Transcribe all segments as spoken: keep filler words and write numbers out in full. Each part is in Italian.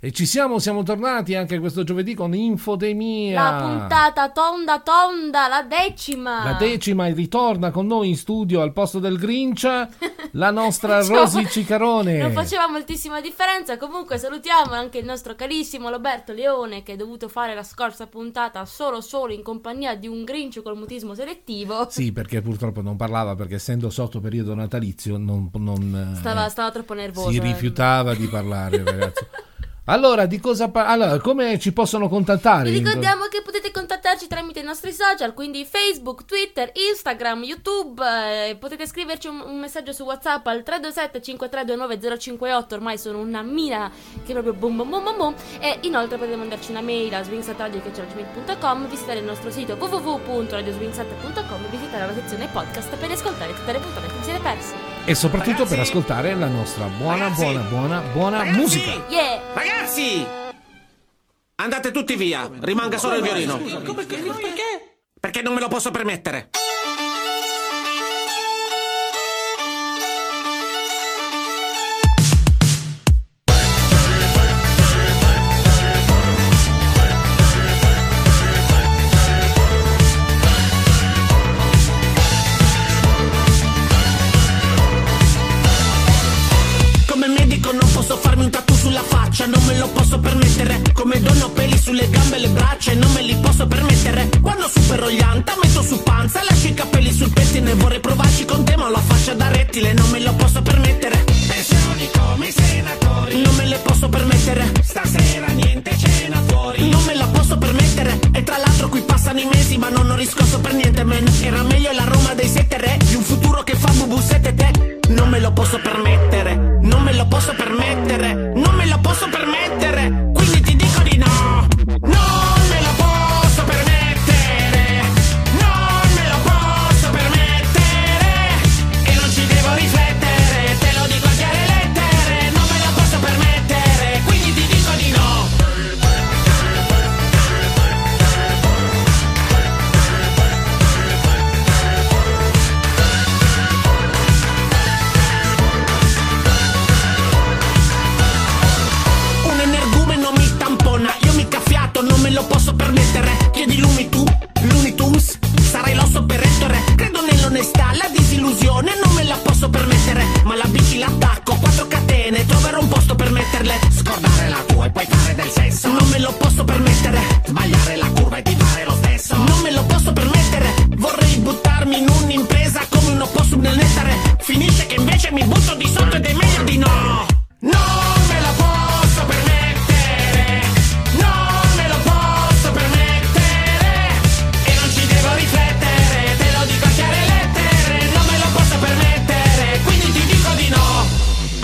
E ci siamo, siamo tornati anche questo giovedì con Infodemia. La puntata tonda tonda, la decima. La decima, e ritorna con noi in studio al posto del Grinch la nostra Ciao. Rosy Cicarone. Non faceva moltissima differenza. Comunque salutiamo anche il nostro carissimo Roberto Leone, che è dovuto fare la scorsa puntata solo solo in compagnia di un Grinch col mutismo selettivo. Sì, perché purtroppo non parlava, perché essendo sotto periodo natalizio non, non Stava, eh, stava troppo nervoso. si rifiutava di parlare, ragazzo. Allora, di cosa par- allora, come ci possono contattare? Vi ricordiamo che potete contattarci tramite i nostri social, quindi Facebook, Twitter, Instagram, YouTube. Eh, potete scriverci un, un messaggio su WhatsApp al tre due sette cinque tre due nove zero cinque otto. Ormai sono una mina che proprio boom boom boom boom boom. E inoltre potete mandarci una mail a swingsat chiocciola gmail punto com, visitare il nostro sito w w w punto radio swingsat punto com e visitare la sezione podcast per ascoltare tutte le puntate che vi siete persi. E soprattutto Ragazzi, per ascoltare la nostra buona, ragazzi, buona, buona, buona ragazzi, musica. Yeah! Ragazzi! Andate tutti via, rimanga solo il violino. Come, perché? Perché non me lo posso permettere. Come medico non posso farmi un tattoo sulla faccia, non me lo posso permettere. Come donna ho peli sulle gambe e le braccia e non me li posso permettere. Quando supero gli anta metto su panza, lascio i capelli sul pettine. Vorrei provarci con te ma ho la faccia da rettile, non me lo posso permettere. Pensioni come i senatori, non me le posso permettere. Stasera niente cena fuori, non me la posso permettere. E tra l'altro qui passano i mesi ma non ho riscosso per niente, man. Era meglio la Roma dei sette re, di un futuro che fa bubu sette te. Non me lo posso permettere, non me lo posso permettere, non me lo posso permettere, quindi ti dico di no. Non me lo posso permettere, non me lo posso permettere, e non ci devo riflettere, te lo dico a chiare lettere, non me lo posso permettere, quindi ti dico di no. Un energumeno mi tampona, io mi caffiato, non me lo posso permettere. Chiedi lumi tu, l'unitums, sarai l'osso per ettore. Credo nell'onestà, la disillusione non me la posso permettere. Ma la bici l'attacco, quattro catene, troverò un posto per metterle. Scordare la tua e poi fare del sesso, non me lo posso permettere. Sbagliare la curva e ti fare lo stesso, non me lo posso permettere. Vorrei buttarmi in un'impresa come un opossum nel nettare. Finisce che invece mi butto di sotto ed è meglio di no. Non me lo posso permettere, non me lo posso permettere, e non ci devo riflettere, te lo dico a chiare lettere, non me lo posso permettere, quindi ti dico di no.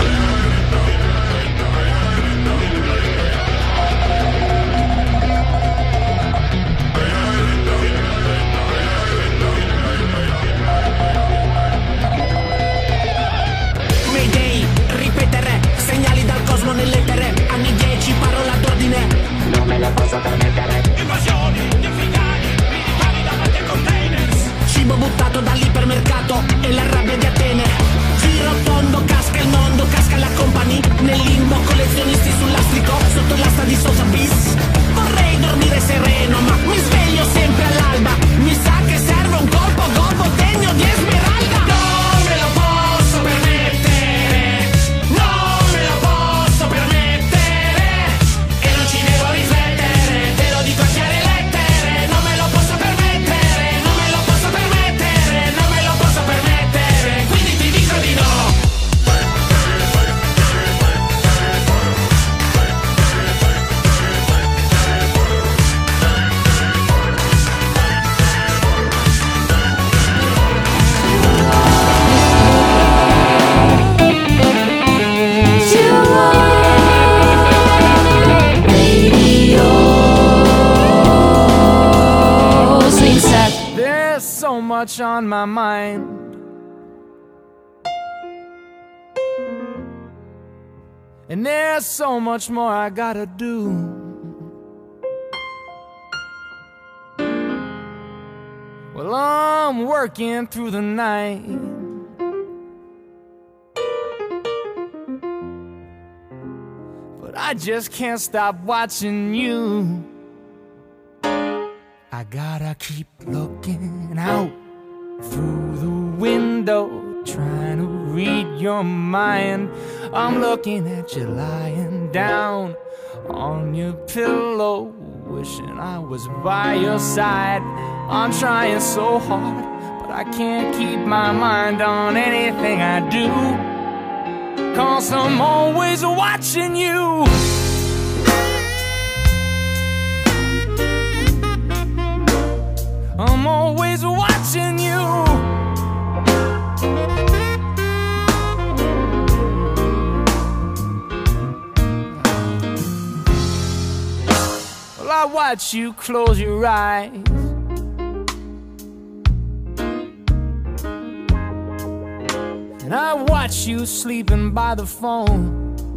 Mayday, ripetere, segnali dal cosmo nell'etere, anni dieci, parola d'ordine, non me lo posso permettere. Invasioni di africani, militari davanti ai containers, cibo buttato dall'ipermercato e la rabbia di Atene. Giro tondo, casca il mondo, casca la company, nel limbo collezionisti sul lastrico, sotto l'asta di Sosa Bis. Vorrei dormire sereno, ma mi sveglio sempre all'alba, mi sa che serve un colpo colpo degno di Esmeralda. Non me lo posso permettere, non me lo posso permettere, e non ci devo riflettere, te lo dico a chiare lettere, non me lo posso permettere, non me lo posso permettere, non me lo posso permettere, quindi ti dico di no. There's so much on my mind. And there's so much more I gotta do. Well, I'm working through the night. I just can't stop watching you. I gotta keep looking out through the window, trying to read your mind. I'm looking at you lying down on your pillow, wishing I was by your side. I'm trying so hard, but I can't keep my mind on anything I do, 'cause I'm always watching you. I'm always watching you. Well, I watch you close your eyes, and I watch you sleeping by the phone.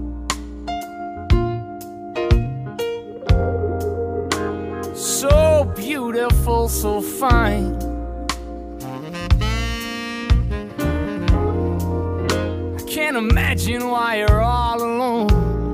So beautiful, so fine. I can't imagine why you're all alone.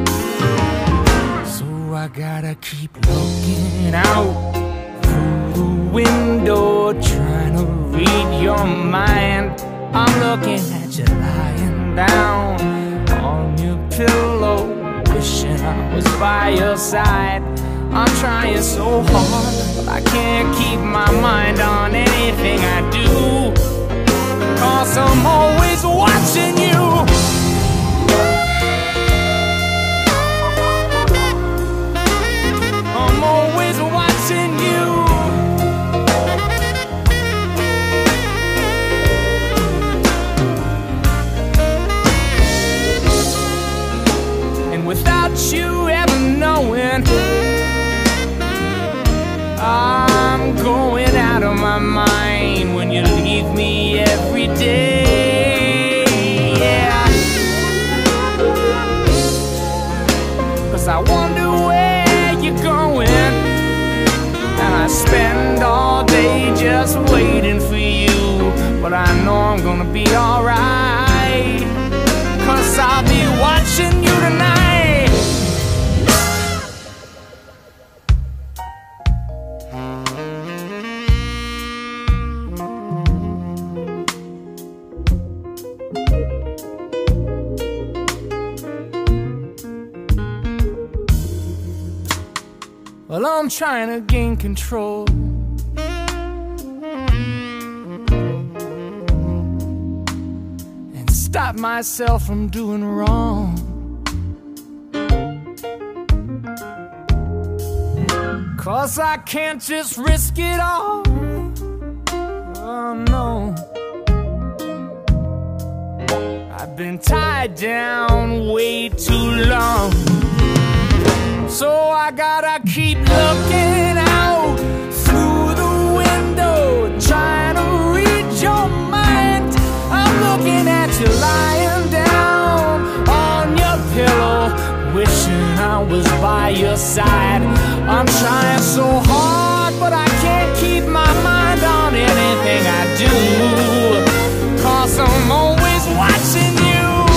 So I gotta keep looking out through the window, trying to read your mind. I'm looking at you lying down on your pillow, wishing I was by your side. I'm trying so hard, but I can't keep my mind on anything I do, 'cause I'm always watching you. I'm always watching you. And without you ever knowing, I'm going out of my mind when you leave me every day, yeah. 'Cause I wonder where you're going, and I spend all day just waiting for you. But I know I'm gonna be alright, 'cause I'll be watching you tonight. Well, I'm trying to gain control, and stop myself from doing wrong. 'Cause I can't just risk it all. Oh no, I've been tied down way too long. So I gotta keep looking out through the window, trying to read your mind. I'm looking at you lying down on your pillow, wishing I was by your side. I'm trying so hard, but I can't keep my mind on anything I do, 'cause I'm always watching you.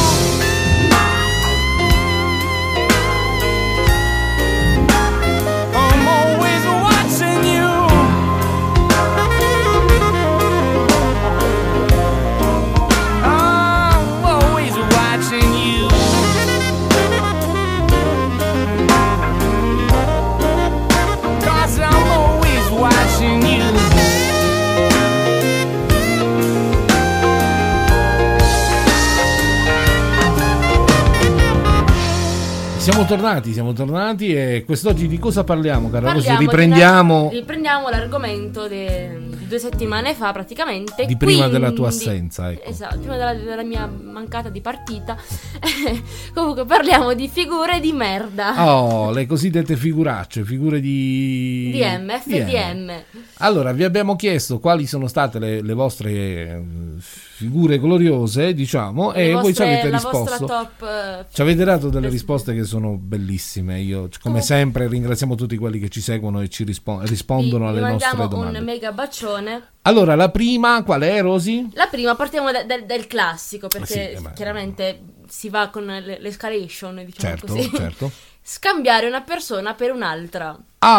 Siamo tornati, siamo tornati e quest'oggi di cosa parliamo, cara Rosy? Parliamo Riprendiamo di, riprendiamo l'argomento de- di due settimane fa praticamente. di prima quindi, della tua assenza, ecco. Esatto, prima della, della mia mancata di partita. Comunque parliamo di figure di merda. Oh, le cosiddette figuracce, figure di... D M, F D M. Allora, vi abbiamo chiesto quali sono state le, le vostre figure gloriose, diciamo, Le e vostre- voi ci avete la risposto. vostra top, eh, Ci avete dato delle presidente. risposte che sono bellissime. Io, come Oh. sempre, ringraziamo tutti quelli che ci seguono e ci rispo- Vi, rispondono vi alle nostre mandiamo domande. un mega bacione. Allora, la prima, qual è, Rosy? La prima partiamo da- da- dal classico, perché Sì, eh beh. chiaramente si va con le- l'escalation, diciamo Certo, così. certo. Scambiare una persona per un'altra.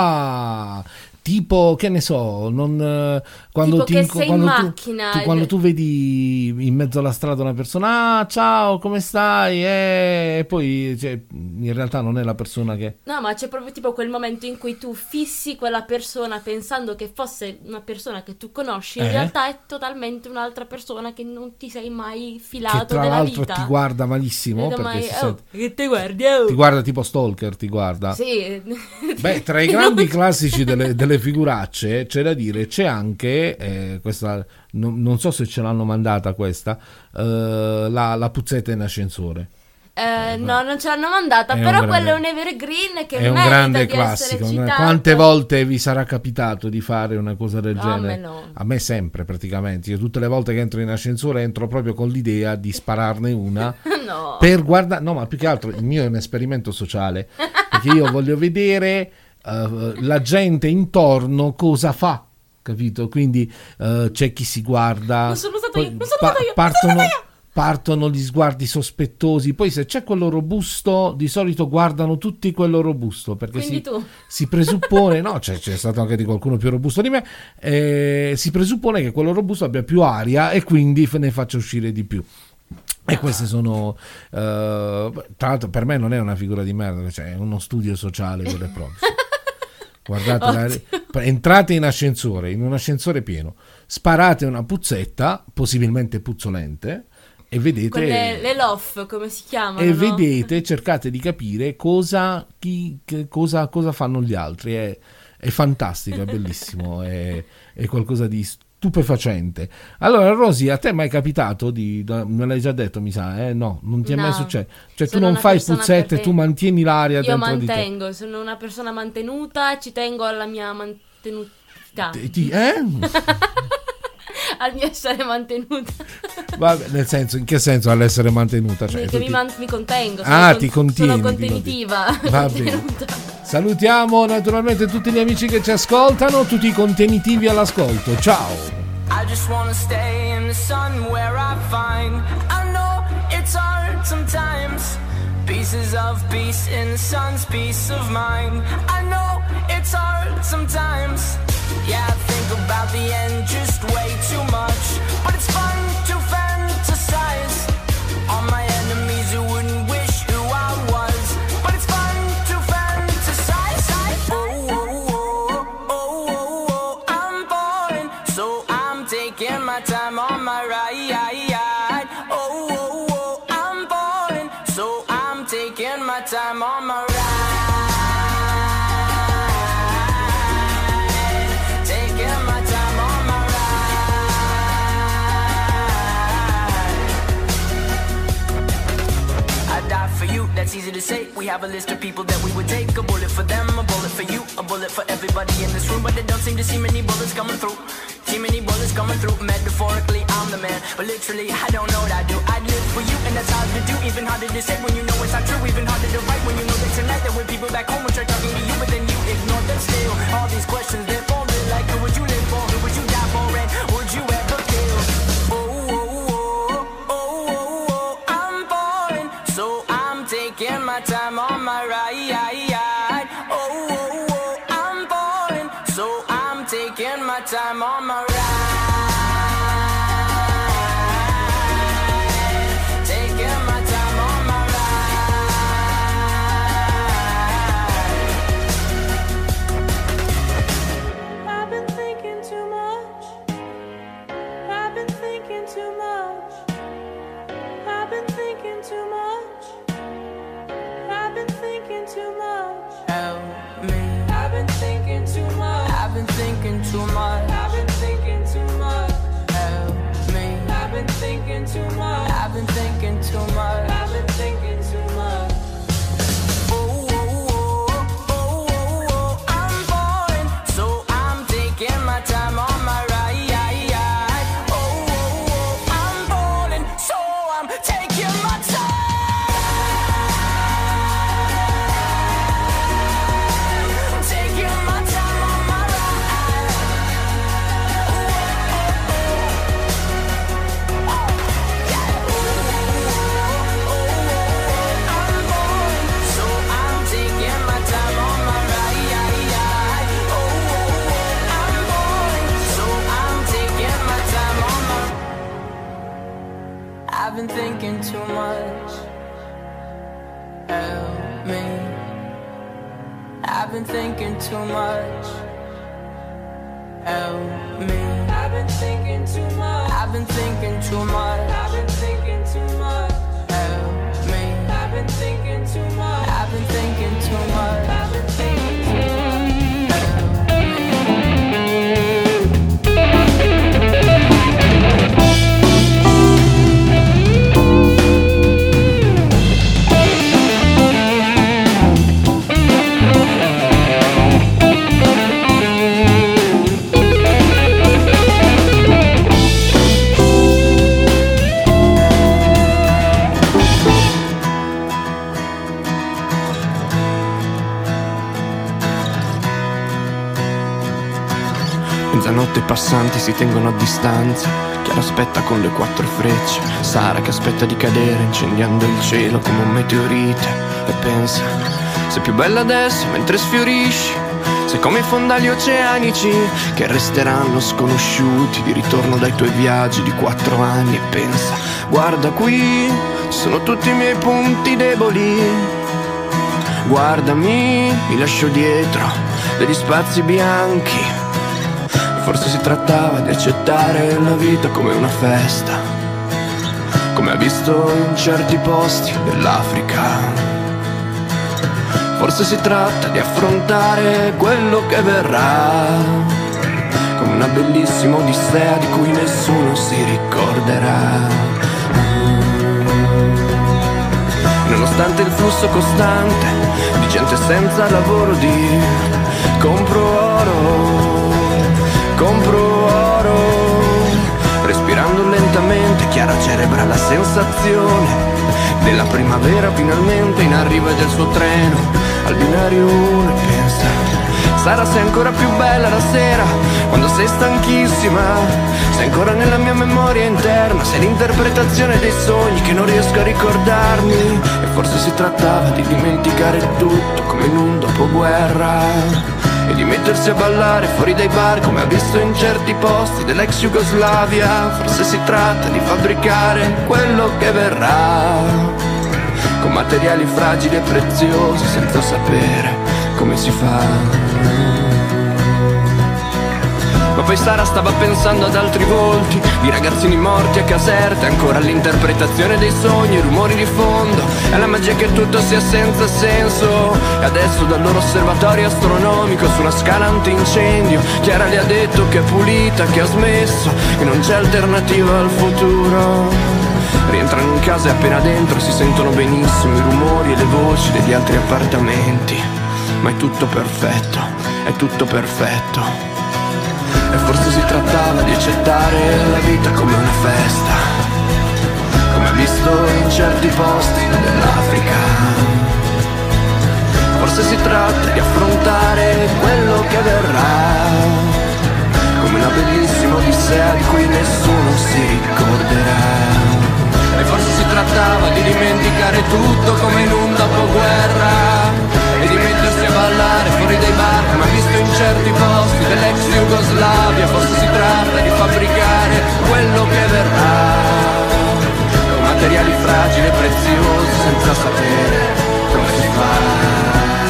Ah, tipo, che ne so, non, eh, quando, Tipo ti, che inco- sei in quando, tu, macchina tu- ed- quando tu vedi in mezzo alla strada una persona, ah, ciao, come stai? Eh, E poi cioè, in realtà non è la persona che... No, ma c'è proprio tipo quel momento in cui tu fissi quella persona pensando che fosse una persona che tu conosci, in Eh? realtà è totalmente un'altra persona che non ti sei mai che filato tra nella l'altro vita. ti guarda malissimo, Vedo perché mai- si oh, sente- che ti guardi, oh. ti guarda tipo stalker, ti guarda. Sì. Beh, tra i grandi classici delle, delle figuracce c'è da dire, c'è anche, eh, questa, non, non so se ce l'hanno mandata questa, eh, la, la puzzetta in ascensore. Eh, no, non ce l'hanno mandata, È un però grande- quello è un evergreen che È un merita grande di essere classico. un gra- citato. Quante volte vi sarà capitato di fare una cosa del No, a genere? me no. A me sempre, praticamente. Io tutte le volte che entro in ascensore entro proprio con l'idea di spararne una No. per guardare. No, ma più che altro il mio è un esperimento sociale, perché io voglio vedere eh, la gente intorno cosa fa. Capito? Quindi eh, c'è chi si guarda. Non sono stato poi io, non sono pa- stato io, non partono, sono stato io. Partono gli sguardi sospettosi, poi se c'è quello robusto di solito guardano tutti quello robusto, perché Quindi si, tu. si presuppone, no, c'è, c'è stato anche di qualcuno più robusto di me, eh, si presuppone che quello robusto abbia più aria e quindi ne faccia uscire di più. E queste sono, eh, tra l'altro per me non è una figura di merda, cioè è uno studio sociale vero e proprio. Guardate, la- entrate in ascensore, in un ascensore pieno, sparate una puzzetta, possibilmente puzzolente, e vedete... Quelle, le lof, come si chiamano? E no? vedete, cercate di capire cosa, chi, che- cosa, cosa fanno gli altri. È, è fantastico, è bellissimo, è, è qualcosa di stupefacente. Allora, Rosy, a te è mai capitato di... da- me l'hai già detto, mi sa, eh? No, non ti è No, mai successo. Cioè, tu sono non una fai persona puzzette, perfetta. tu mantieni l'aria Io dentro di te. mantengo, sono una persona mantenuta, ci tengo alla mia mantenutà, Ti- ti- eh? al mio essere mantenuta. Vabbè, nel senso, in che senso all'essere mantenuta? Cioè, che tu mi, ti- man- mi contengo, sono, Ah, con- ti contieni, sono ti contenitiva. Va bene. Contenuta. Salutiamo naturalmente tutti gli amici che ci ascoltano, tutti i contenitivi all'ascolto. Ciao! I just wanna stay in the sun where I find I know it's hard sometimes. Pieces of peace in the sun's peace of mind. I know it's hard sometimes. Yeah, I think about the end just way too much. But it's fun to fantasize on my enemies who wouldn't wish who I was. But it's fun to fantasize. Oh, oh, oh, oh, oh, oh, I'm falling, so I'm taking my time on my ride. Oh, oh, oh, I'm falling, so I'm taking my time on my ride. Taking my time on my ride. I die for you, that's easy to say. We have a list of people that we would take. A bullet for them, a bullet for you, a bullet for everybody in this room. But they don't seem to see many bullets coming through. See many bullets coming through. Metaphorically, I'm the man, but literally, I don't know what I do. I live for you, and that's hard to do. Even harder to say when you know it's not true. Even harder to write when you know that tonight there were people back home and try talking to you, but then you ignore them still. All these questions, they're falling like, who would you live for? Who would you die for? And would you ever kill? Oh, oh, oh, oh, oh, oh, I'm falling, so I'm taking my time on my ride. Oh, oh, oh, I'm falling, so I'm taking my time on my ride. Taking my time on my ride. I've been thinking too much. I've been thinking too much. I've been thinking too much. I've been thinking too much. Help me. I've been thinking too much. I've been thinking too much. I've been thinking too much. Help me. I've been thinking too much. I've been thinking too much. I've been thinking too much. Oh, oh, oh, oh, oh, oh, I'm falling, so I'm taking my time on my ride. Oh, oh, oh, I'm I've been thinking too much. Help me. I've been thinking too much. I've been thinking too much. I've been thinking too much. Help me. I've been thinking too much. I've been thinking too much. I've been thinking too much. Mezzanotte i passanti si tengono a distanza. Chiara aspetta con le quattro frecce. Sara che aspetta di cadere incendiando il cielo come un meteorite. E pensa, sei più bella adesso mentre sfiorisci. Sei come i fondali oceanici che resteranno sconosciuti di ritorno dai tuoi viaggi di quattro anni. E pensa, guarda qui, ci sono tutti i miei punti deboli. Guardami, mi lascio dietro degli spazi bianchi. Forse si trattava di accettare la vita come una festa, come ha visto in certi posti dell'Africa. Forse si tratta di affrontare quello che verrà, come una bellissima odissea di cui nessuno si ricorderà. Nonostante il flusso costante di gente senza lavoro, di compro oro, compro oro. Respirando lentamente, Chiara celebra la sensazione della primavera finalmente in arrivo e del suo treno al binario uno. E pensa, Sara sei ancora più bella la sera quando sei stanchissima. Sei ancora nella mia memoria interna, sei l'interpretazione dei sogni che non riesco a ricordarmi. E forse si trattava di dimenticare tutto come in un dopoguerra e di mettersi a ballare fuori dai bar come ha visto in certi posti dell'ex Jugoslavia. Forse si tratta di fabbricare quello che verrà con materiali fragili e preziosi senza sapere come si fa. Ma poi Sara stava pensando ad altri volti di ragazzini morti a Caserte, ancora all'interpretazione dei sogni, rumori di fondo, e alla magia che tutto sia senza senso. E adesso dal loro osservatorio astronomico su una scala antincendio Chiara le ha detto che è pulita, che ha smesso, che non c'è alternativa al futuro. Rientrano in casa e appena dentro si sentono benissimo i rumori e le voci degli altri appartamenti. Ma è tutto perfetto, è tutto perfetto. E forse si trattava di accettare la vita come una festa, come ha visto in certi posti dell'Africa. Forse si tratta di affrontare quello che verrà, come una bellissima odissea di cui nessuno si ricorderà. E forse si trattava di dimenticare tutto come in un dopoguerra e di mettersi a ballare fuori dai bar come ha visto in certi posti dell'ex Jugoslavia. Forse si tratta di fabbricare quello che verrà con materiali fragili e preziosi senza sapere come si fa.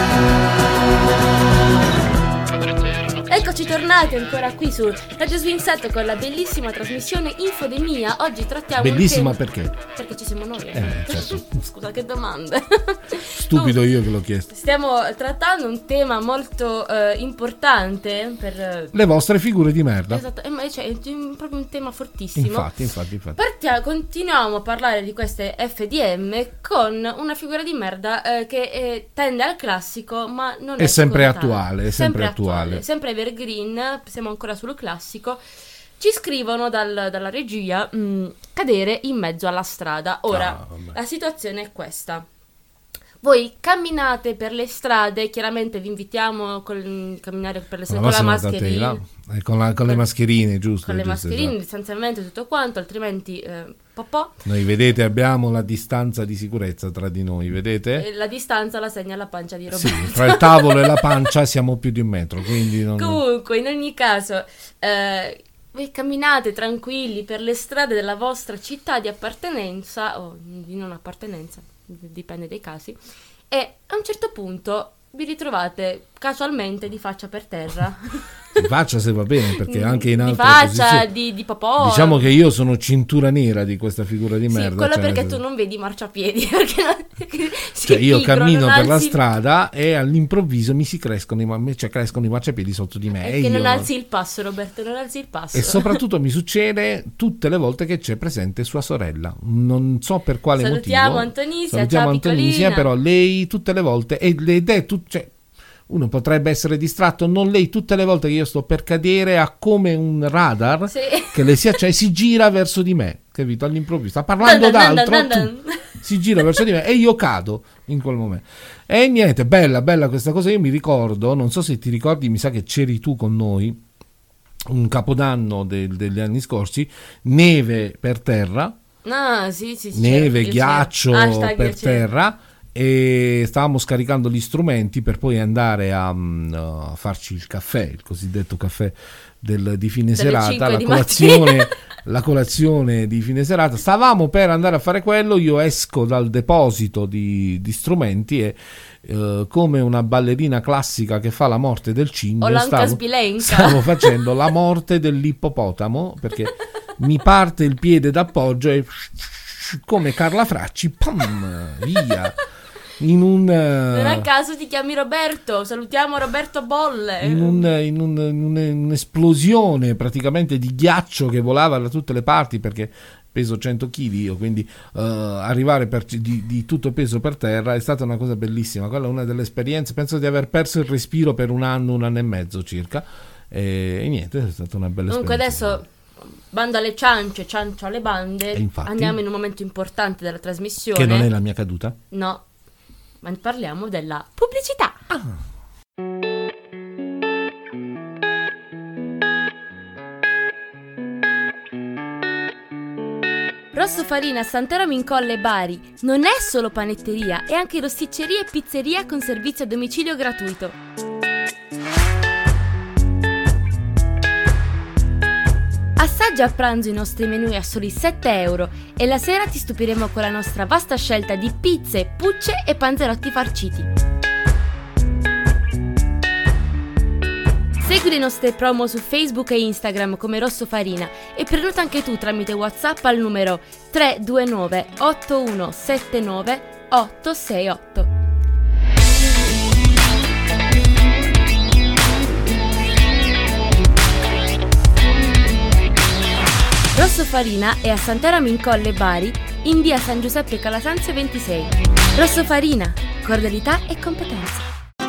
Eccoci tornati ancora qui su Radio Swing Set con la bellissima trasmissione Infodemia. Oggi trattiamo Bellissima un tema... perché? Perché ci siamo noi. Eh, certo. Scusa, che domande. Stupido io che l'ho chiesto. Stiamo trattando un tema molto eh, importante per le vostre figure di merda. Esatto, eh, ma cioè, è proprio un tema fortissimo. Infatti, infatti, infatti. Partia, continuiamo a parlare di queste F D M con una figura di merda eh, che eh, tende al classico, ma non è È sempre scontato. attuale, è sempre attuale. Sempre evergreen, siamo ancora sul classico. Ci scrivono dal- dalla regia mh, cadere in mezzo alla strada. Ora, Ah, vabbè. la situazione è questa. Voi camminate per le strade, chiaramente vi invitiamo a camminare per le strade Ma con la sono da te, mascherina. là. Eh, con, la- con le mascherine, giusto? Con le giusto, mascherine, il esatto. distanziamento e tutto quanto, altrimenti eh, popò. Noi vedete abbiamo la distanza di sicurezza tra di noi, vedete? E la distanza la segna la pancia di Roberto. Sì, tra il tavolo e la pancia siamo più di un metro, quindi non... Comunque, in ogni caso, eh, voi camminate tranquilli per le strade della vostra città di appartenenza o di non appartenenza, dipende dai casi, e a un certo punto vi ritrovate casualmente di faccia per terra. Di faccia se va bene, perché anche in di altre faccia, posizioni. di, di popò. Diciamo che io sono cintura nera di questa figura di Sì, merda. quello cioè, perché tu non vedi i marciapiedi. Perché non, cioè io pigro, cammino non per la alzi- strada e all'improvviso mi si crescono i, ma- cioè crescono i marciapiedi sotto di me. È e che io- non alzi il passo, Roberto, non alzi il passo. E soprattutto mi succede tutte le volte che c'è presente sua sorella. Non so per quale Salutiamo motivo. Antonisia, Salutiamo ciao Antonisia, piccolina. però lei tutte le volte, ed ed è tut- cioè, uno potrebbe essere distratto, non lei tutte le volte che io sto per cadere ha come un radar Sì. che le si accende, si gira verso di me, capito? All'improvviso sta parlando Dun dun d'altro, dun dun tu- dun. si gira verso di me e io cado in quel momento. E niente, bella, bella questa cosa. Io mi ricordo, non so se ti ricordi, mi sa che c'eri tu con noi, un capodanno del- degli anni scorsi, neve per terra, No, sì, sì, sì, neve, certo, ghiaccio piacere. Hashtag per piacere. terra, e stavamo scaricando gli strumenti per poi andare a, mm, a farci il caffè, il cosiddetto caffè del- di fine Delle serata, cinque la di colazione, mattina. la colazione di fine serata. Stavamo per andare a fare quello, io esco dal deposito di, di strumenti e eh, come una ballerina classica che fa la morte del cigno, Olanka stavo, Sbilenka. stavo facendo la morte dell'ippopotamo, perché mi parte il piede d'appoggio e come Carla Fracci, pam, via, in un, Non a eh, caso ti chiami Roberto, salutiamo Roberto Bolle. in, un, in, un- in un- un'esplosione praticamente di ghiaccio che volava da tutte le parti, perché peso cento chili io, quindi eh, arrivare per, di, di tutto peso per terra è stata una cosa bellissima. Quella è una delle esperienze, penso di aver perso il respiro per un anno, un anno e mezzo circa, e, e niente, è stata una bella Comunque esperienza. adesso bando alle ciance, ciancio alle bande. E infatti? Andiamo in un momento importante della trasmissione. Che non è la mia caduta? No, ma parliamo della pubblicità. Rosso Farina Santeramo in Colle Bari non è solo panetteria, è anche rosticceria e pizzeria con servizio a domicilio gratuito. Assaggia a pranzo i nostri menù a soli sette euro e la sera ti stupiremo con la nostra vasta scelta di pizze, pucce e panzerotti farciti. Segui le nostre promo su Facebook e Instagram come Rosso Farina e prenota anche tu tramite WhatsApp al numero tre due nove otto uno sette nove otto sei otto. Rosso Farina è a Santeramo in Colle Bari, in via San Giuseppe Calasanzio ventisei. Rosso Farina, cordialità e competenza.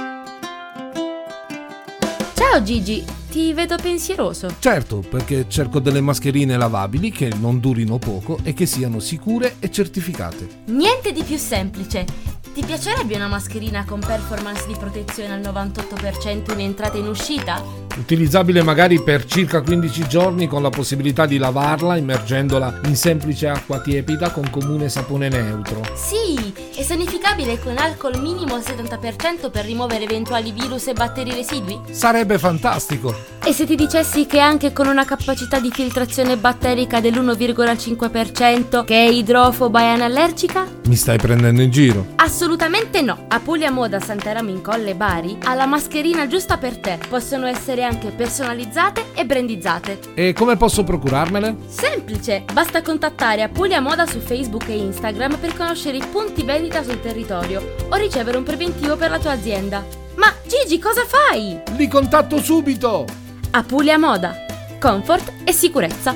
Ciao Gigi, ti vedo pensieroso. Certo, perché cerco delle mascherine lavabili che non durino poco e che siano sicure e certificate. Niente di più semplice. Ti piacerebbe una mascherina con performance di protezione al novantotto per cento in entrata e in uscita? Utilizzabile magari per circa quindici giorni con la possibilità di lavarla immergendola in semplice acqua tiepida con comune sapone neutro. Sì, e sanificabile con alcol minimo al settanta per cento per rimuovere eventuali virus e batteri residui? Sarebbe fantastico! E se ti dicessi che anche con una capacità di filtrazione batterica dell'uno virgola cinque per cento che è idrofoba e anallergica? Mi stai prendendo in giro? Assolutamente no! A Puglia Moda Santeramo in Colle Bari ha la mascherina giusta per te. Possono essere anche personalizzate e brandizzate. E come posso procurarmele? Semplice! Basta contattare Apulia Moda su Facebook e Instagram per conoscere i punti vendita sul territorio o ricevere un preventivo per la tua azienda. Ma Gigi, cosa fai? Li contatto subito! Apulia Moda. Comfort e sicurezza.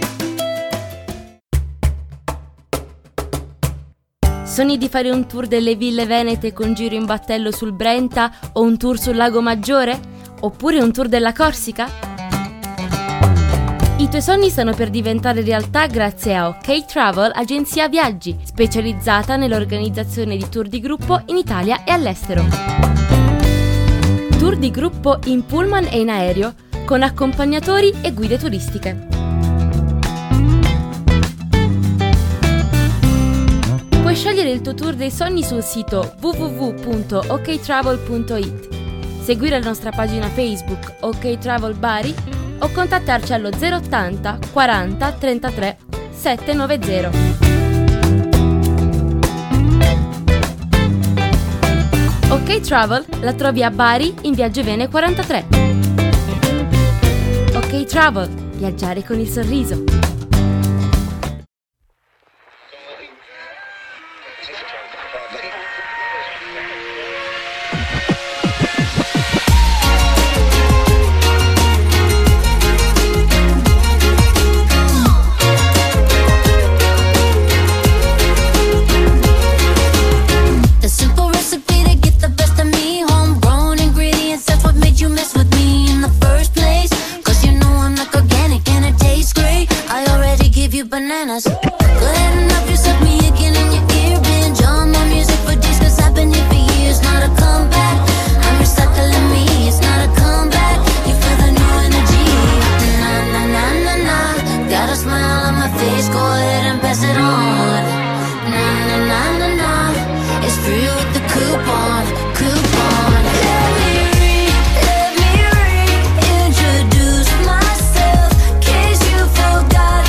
Sogni di fare un tour delle ville venete con giro in battello sul Brenta o un tour sul Lago Maggiore? Oppure un tour della Corsica? I tuoi sogni stanno per diventare realtà grazie a OK Travel, agenzia viaggi, specializzata nell'organizzazione di tour di gruppo in Italia e all'estero. Tour di gruppo in pullman e in aereo, con accompagnatori e guide turistiche. Puoi scegliere il tuo tour dei sogni sul sito w w w punto ok travel punto i t, seguire la nostra pagina Facebook OK Travel Bari o contattarci allo zero ottanta quaranta trentatré settecentonovanta. Ok Travel la trovi a Bari in via Giovene quarantatré. Ok Travel, viaggiare con il sorriso. Bananas. Go ahead and have yourself me again in your ear. Binge on my music for days, cause I've been here for years. Not a comeback, I'm recycling me. It's not a comeback, you feel the new energy. Na na na na na, got a smile on my face, go ahead and pass it on. Na na na na na, it's free with the coupon, coupon. Let me re, let me reintroduce myself, case you forgot.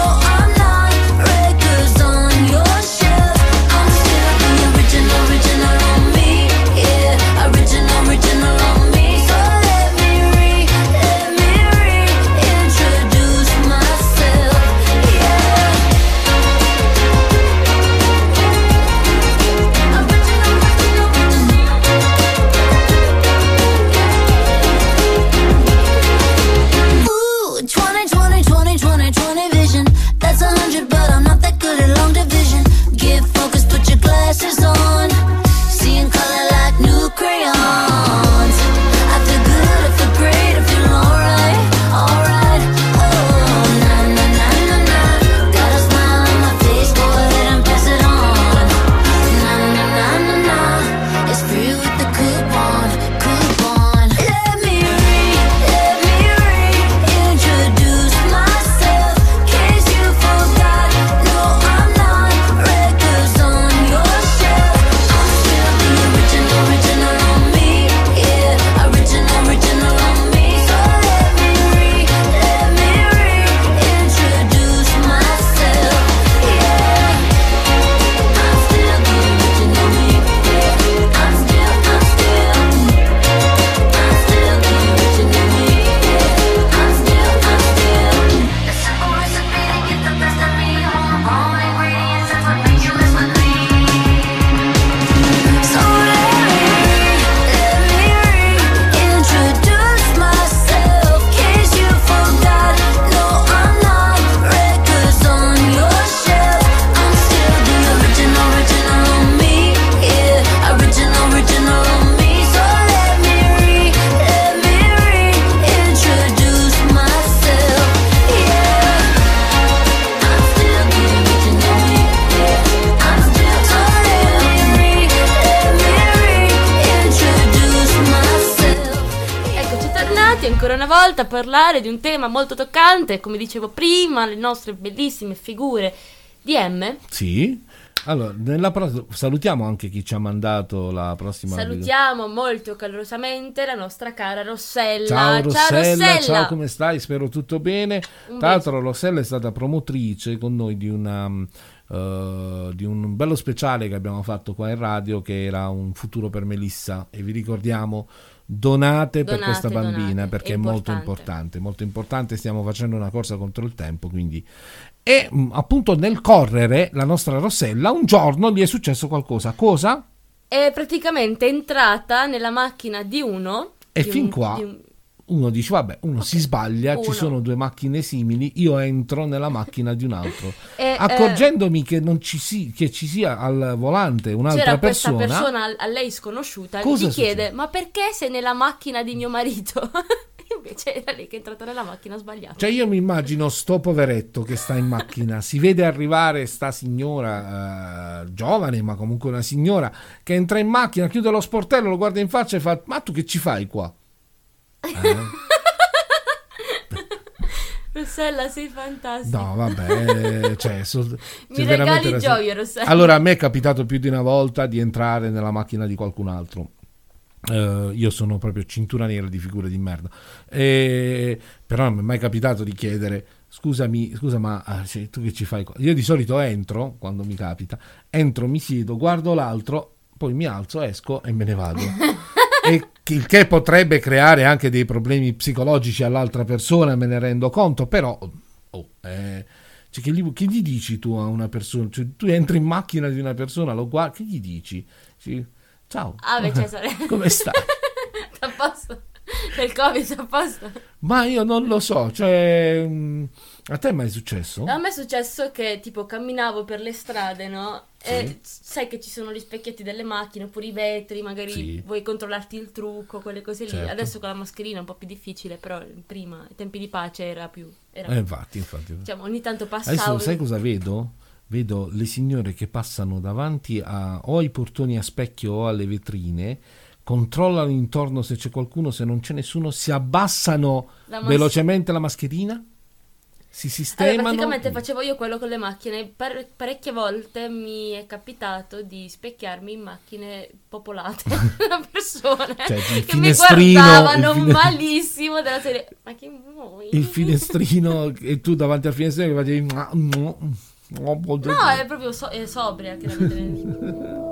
ancora una volta a parlare di un tema molto toccante, come dicevo prima, le nostre bellissime figure di M. Sì. Allora, nella pro- salutiamo anche chi ci ha mandato la prossima. Salutiamo molto calorosamente la nostra cara Rossella. Ciao Rossella, ciao, Rossella. ciao, come stai? Spero tutto bene. Un Tra l'altro Rossella è stata promotrice con noi di una uh, di un bello speciale che abbiamo fatto qua in radio, che era Un futuro per Melissa, e vi ricordiamo: donate, donate per questa bambina, donate. perché è, è molto importante, molto importante. Stiamo facendo una corsa contro il tempo, quindi. E mh, appunto nel correre la nostra Rossella un giorno gli è successo qualcosa. Cosa? È praticamente entrata nella macchina di uno e di fin un, qua di un... uno dice vabbè, uno okay. si sbaglia, uno. Ci sono due macchine simili, io entro nella macchina di un altro e, accorgendomi eh, che non ci si, che ci sia al volante un'altra c'era persona. Questa persona a lei sconosciuta Cosa gli chiede: succede? ma perché sei nella macchina di mio marito? Invece era lei che è entrata nella macchina sbagliata. Cioè io mi immagino sto poveretto che sta in macchina, si vede arrivare sta signora eh, giovane, ma comunque una signora, che entra in macchina, chiude lo sportello, lo guarda in faccia e fa: ma tu che ci fai qua? Eh? Rossella, sei fantastica. No, vabbè, cioè, so, mi regali gioia, Rossella. Allora, a me è capitato più di una volta di entrare nella macchina di qualcun altro. Uh, io sono proprio cintura nera di figure di merda, e, però non mi è mai capitato di chiedere: scusami, scusa, ma ah, cioè, tu che ci fai qua? Io di solito entro, quando mi capita, entro, mi siedo, guardo l'altro, poi mi alzo, esco e me ne vado. E il che potrebbe creare anche dei problemi psicologici all'altra persona, me ne rendo conto, però oh, eh, cioè, che, gli, che gli dici tu a una persona? Cioè, tu entri in macchina di una persona, lo guardi, che gli dici? Ci, ciao, Ah, beh, Cesare. come stai? A posto? Per il Covid, a posto? Ma io non lo so, cioè, mh, a te è mai successo? A me è successo che tipo camminavo per le strade, no? E sai che ci sono gli specchietti delle macchine oppure i vetri, magari Sì. vuoi controllarti il trucco, quelle cose lì. Certo. Adesso con la mascherina è un po' più difficile, però prima, ai tempi di pace, era più... Era, Eh, infatti, infatti. diciamo, ogni tanto passavo... Adesso sai cosa vedo? Vedo le signore che passano davanti a, o ai portoni a specchio o alle vetrine, controllano intorno se c'è qualcuno, se non c'è nessuno, si abbassano La mas- velocemente la mascherina, si Allora, sistemano. praticamente facevo io quello con le macchine. Par- parecchie volte mi è capitato di specchiarmi in macchine popolate da persone Cioè, il che mi finestrino- guardavano il fine- malissimo della serie. Ma che vuoi? Il finestrino e tu davanti al finestrino che facevi "Mua, mua, mua, mua". No, è proprio so- è sobria, chiaramente.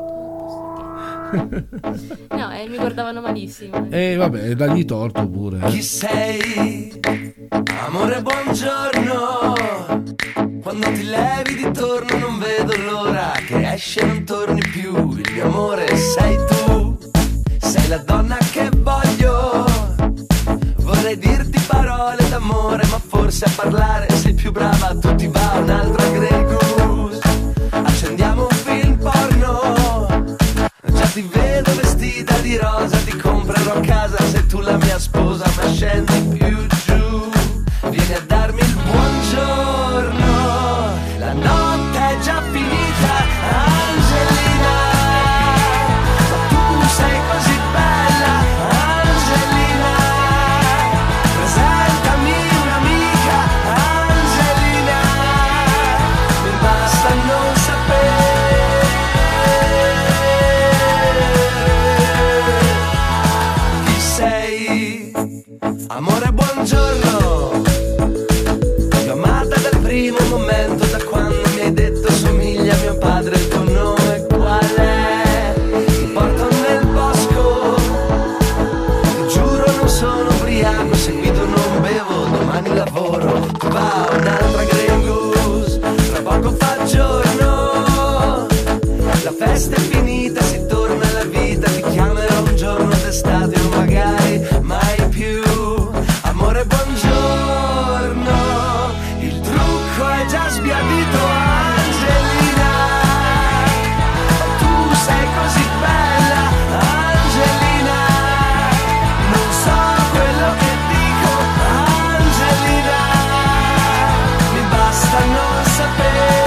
No, eh, mi guardavano malissimo. E vabbè, dagli torto pure. Chi sei? Amore, buongiorno. Quando ti levi di torno non vedo l'ora che esce e non torni più. Il mio amore sei tu, sei la donna che voglio. Vorrei dirti parole d'amore, ma forse a parlare sei più brava. Tu ti va un'altra Grey Goose. Accendiamo un film porno. Già ti vedo vestita di rosa, ti comprerò a casa se tu la mia sposa, ma scendi più giù, vieni a darmi il buongiorno. La notte è già finita, Angelina, ma tu sei così bella, Angelina. Presentami un'amica, Angelina, mi basta non sapere. Amore, buongiorno. Ti ho amata dal primo momento, da quando mi hai detto somiglia a mio padre. Il tuo nome qual è? Ti porto nel bosco. Ti giuro non sono ubriaco, se guido non bevo, domani lavoro. Ti va un'altra Grey Goose, tra poco fa giorno. La festa è finita, si torna alla vita. Ti chiamerò un giorno d'estate o magari mai più. Amore, buongiorno, il trucco è già sbiadito, Angelina. Tu sei così bella, Angelina. Non so quello che dico, Angelina. Mi basta non sapere.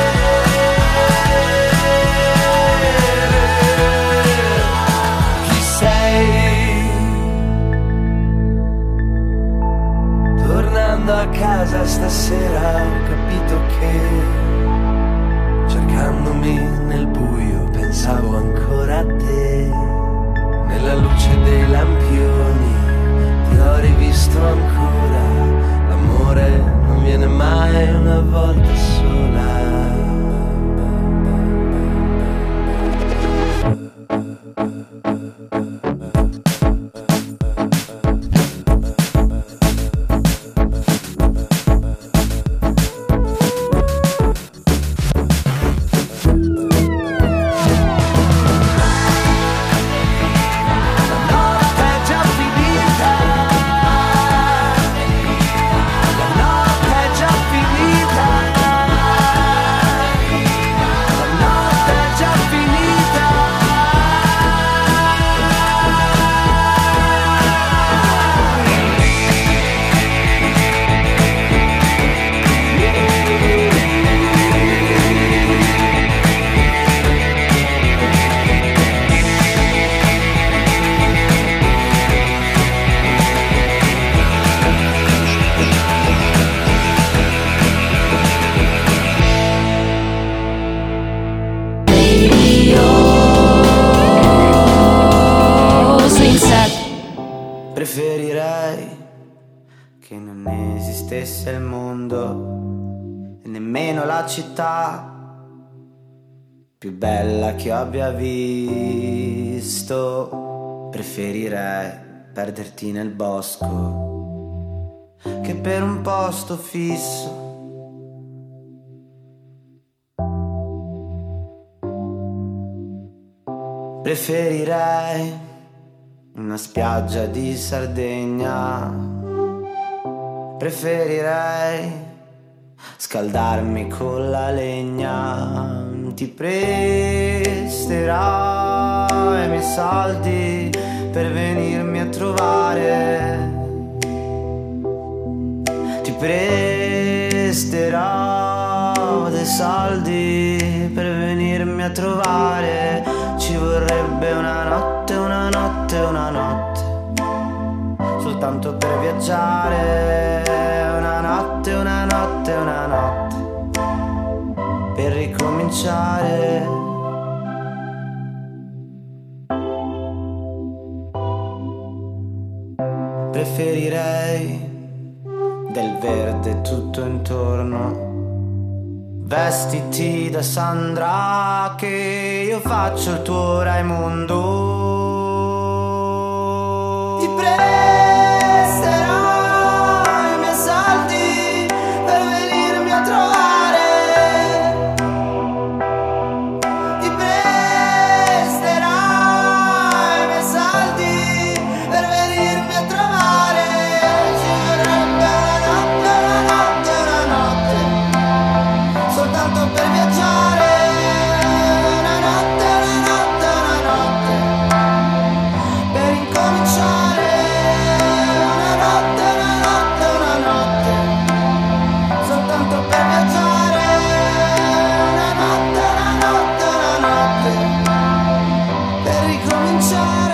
Chi sei? Tornando a casa stasera ho capito che, cercandomi nel buio, pensavo ancora a te. Nella luce dei lampioni ti ho rivisto ancora. L'amore non viene mai una volta sola. Preferirei che non esistesse il mondo e nemmeno la città più bella che abbia visto. visto, preferirei perderti nel bosco che per un posto fisso. Preferirei una spiaggia di Sardegna. Preferirei scaldarmi con la legna. Ti presterò i miei soldi per venirmi a trovare. Ti presterò dei soldi per venirmi a trovare. Ci vorrebbe una notte, una notte, una notte, soltanto per viaggiare. Una notte, una notte, una notte, per ricominciare. Preferirei del verde tutto intorno. Vestiti da Sandra che io faccio il tuo Raimondo. Ti presterò i miei soldi per venirmi a trovare. Ti presterò i miei soldi per venirmi a trovare. Ci vorrebbe una notte, una notte, una notte, soltanto per viaggiare. Una notte, una notte, una notte, per incominciare. Una notte, una notte, una notte, soltanto per viaggiare. Una notte, una notte, una notte, per ricominciare.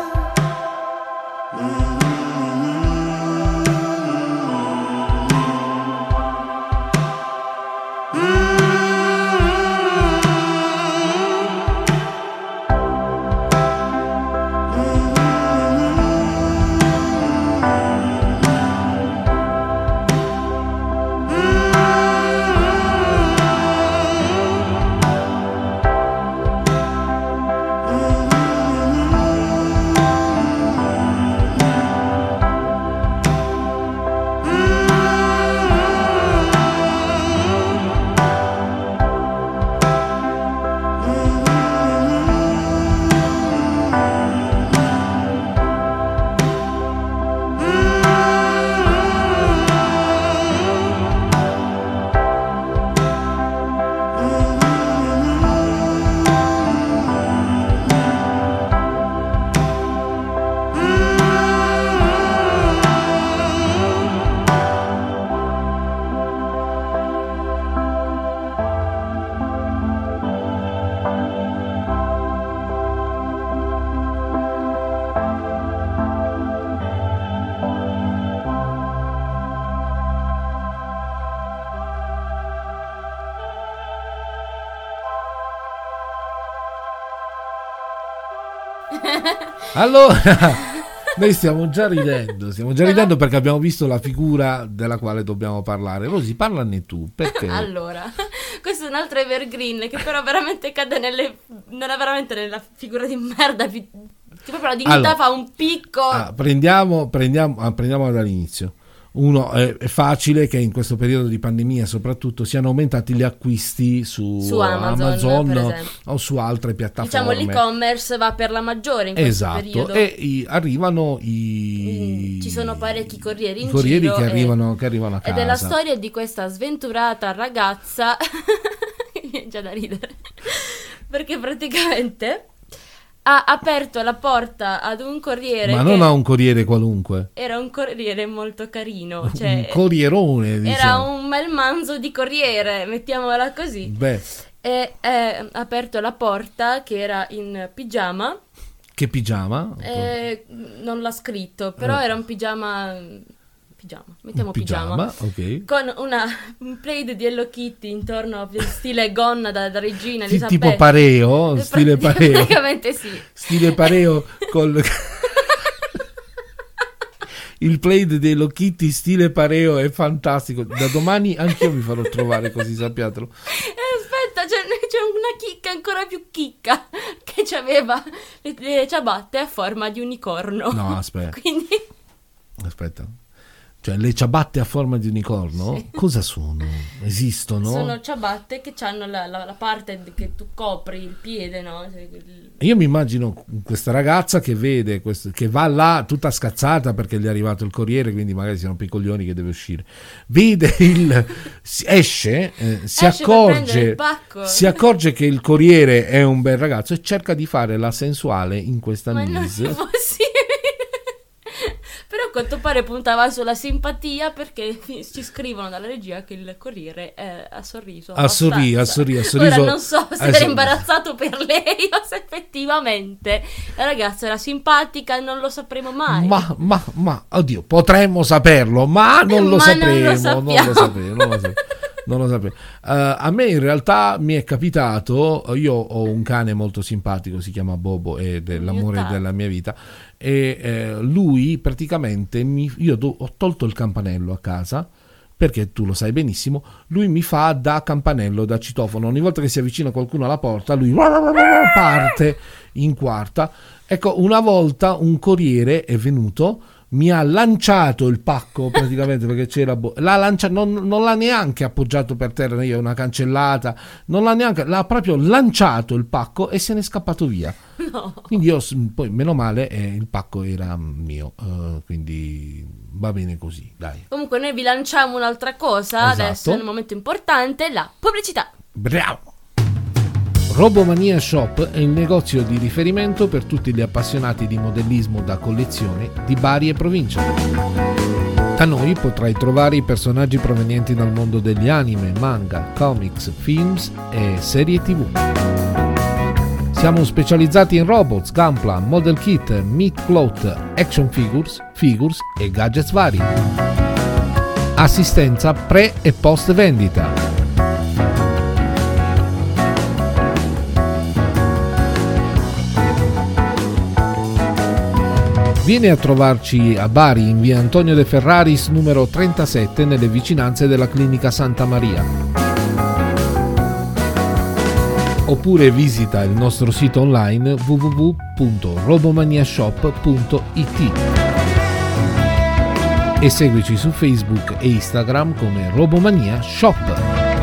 Allora, noi stiamo già ridendo, stiamo già ridendo perché abbiamo visto la figura della quale dobbiamo parlare. Rosy, parlane tu, perché? Allora, questo è un altro evergreen che però veramente cade nelle, nella, veramente nella figura di merda, fi- che proprio la dignità Allora, fa un picco. Ah, prendiamo, prendiamo, ah, prendiamo dall'inizio. Uno, è, è facile che in questo periodo di pandemia soprattutto siano aumentati gli acquisti su, Su Amazon, Amazon per o, esempio. o su altre piattaforme. Diciamo l'e-commerce va per la maggiore in questo Esatto, periodo. e i- arrivano i... Mm, ci sono parecchi corrieri in i corrieri giro che e- arrivano, che arrivano a casa. Ed è la storia di questa sventurata ragazza mi viene già da ridere perché praticamente ha aperto la porta ad un corriere Ma che non a un corriere qualunque, era un corriere molto carino, un cioè corrierone, era diciamo. un bel manzo di corriere, mettiamola così. Beh, E ha aperto la porta che era in pigiama. che pigiama? Eh, non l'ha scritto, però Eh. era un pigiama. Pigiama, mettiamo Un pigiama. pigiama, ok. Con una, un plaid di Hello Kitty intorno, stile gonna da, da regina Sì, Elisabetta. tipo pareo, stile pareo. Praticamente sì. Stile pareo col... Il plaid di Hello Kitty stile pareo è fantastico. Da domani anch'io mi farò trovare, così sappiatelo. E aspetta, c'è, c'è una chicca ancora più chicca. Che che aveva le, le ciabatte a forma di unicorno. No, aspetta. Quindi Aspetta. Cioè, le ciabatte a forma di unicorno? Sì. Cosa sono? Esistono? sono ciabatte che hanno la, la, la parte che tu copri il piede, no? Cioè, il- Io mi immagino questa ragazza che vede, questo, che va là tutta scazzata perché gli è arrivato il corriere, quindi magari si rompe i coglioni che deve uscire. Vede il... si- esce, eh, si Esce per prendere accorge... il pacco. Si accorge che il corriere è un bel ragazzo e cerca di fare la sensuale in questa Ma non è mise. possibile. Però a quanto pare puntava sulla simpatia, perché ci scrivono dalla regia che il corriere eh, ha sorriso. Ha sorri- ha abbastanza. sorri- ha sorriso- Ora non so se ha era sorri- imbarazzato per lei o se effettivamente la ragazza era simpatica, non lo sapremo mai. Ma, ma, ma, oddio, potremmo saperlo, ma non lo Ma non lo sapremo, non lo sappiamo. sapremo, non lo sapremo. Non lo sapevo. Eh, a me in realtà mi è capitato, io ho un cane molto simpatico, si chiama Bobo, ed è l'amore Aiutate. della mia vita, e eh, lui praticamente, mi, io do- ho tolto il campanello a casa, perché tu lo sai benissimo, lui mi fa da campanello, da citofono, ogni volta che si avvicina qualcuno alla porta, lui parte in quarta. Ecco, una volta un corriere è venuto, mi ha lanciato il pacco praticamente perché c'era bo- l'ha lancia- non, non l'ha neanche appoggiato per terra, io una cancellata, non l'ha neanche, l'ha proprio lanciato il pacco e se n'è scappato via. No. Quindi io s- poi meno male eh, il pacco era mio, eh, quindi va bene così, dai. Comunque noi vi lanciamo un'altra cosa, Esatto. adesso è un momento importante, la pubblicità. Bravo! Robomania Shop è il negozio di riferimento per tutti gli appassionati di modellismo da collezione di Bari e provincia. Da noi potrai trovare i personaggi provenienti dal mondo degli anime, manga, comics, films e serie tivù. Siamo specializzati in robots, gunpla, model kit, meat cloth, action figures, figures e gadgets vari. Assistenza pre e post vendita. Vieni a trovarci a Bari in via Antonio De Ferraris numero trentasette nelle vicinanze della clinica Santa Maria. Oppure visita il nostro sito online w w w punto robomaniashop punto i t e seguici su Facebook e Instagram come Robomania Shop.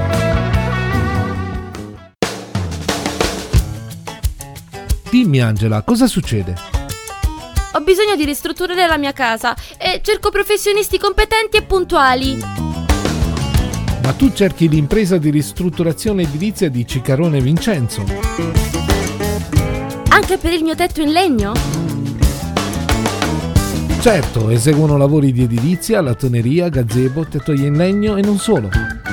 Dimmi Angela, cosa succede? Ho bisogno di ristrutturare la mia casa e cerco professionisti competenti e puntuali. Ma tu cerchi l'impresa di ristrutturazione edilizia di Ciccarone Vincenzo. Anche per il mio tetto in legno? Certo, eseguono lavori di edilizia, lattoneria, gazebo, tettoie in legno e non solo.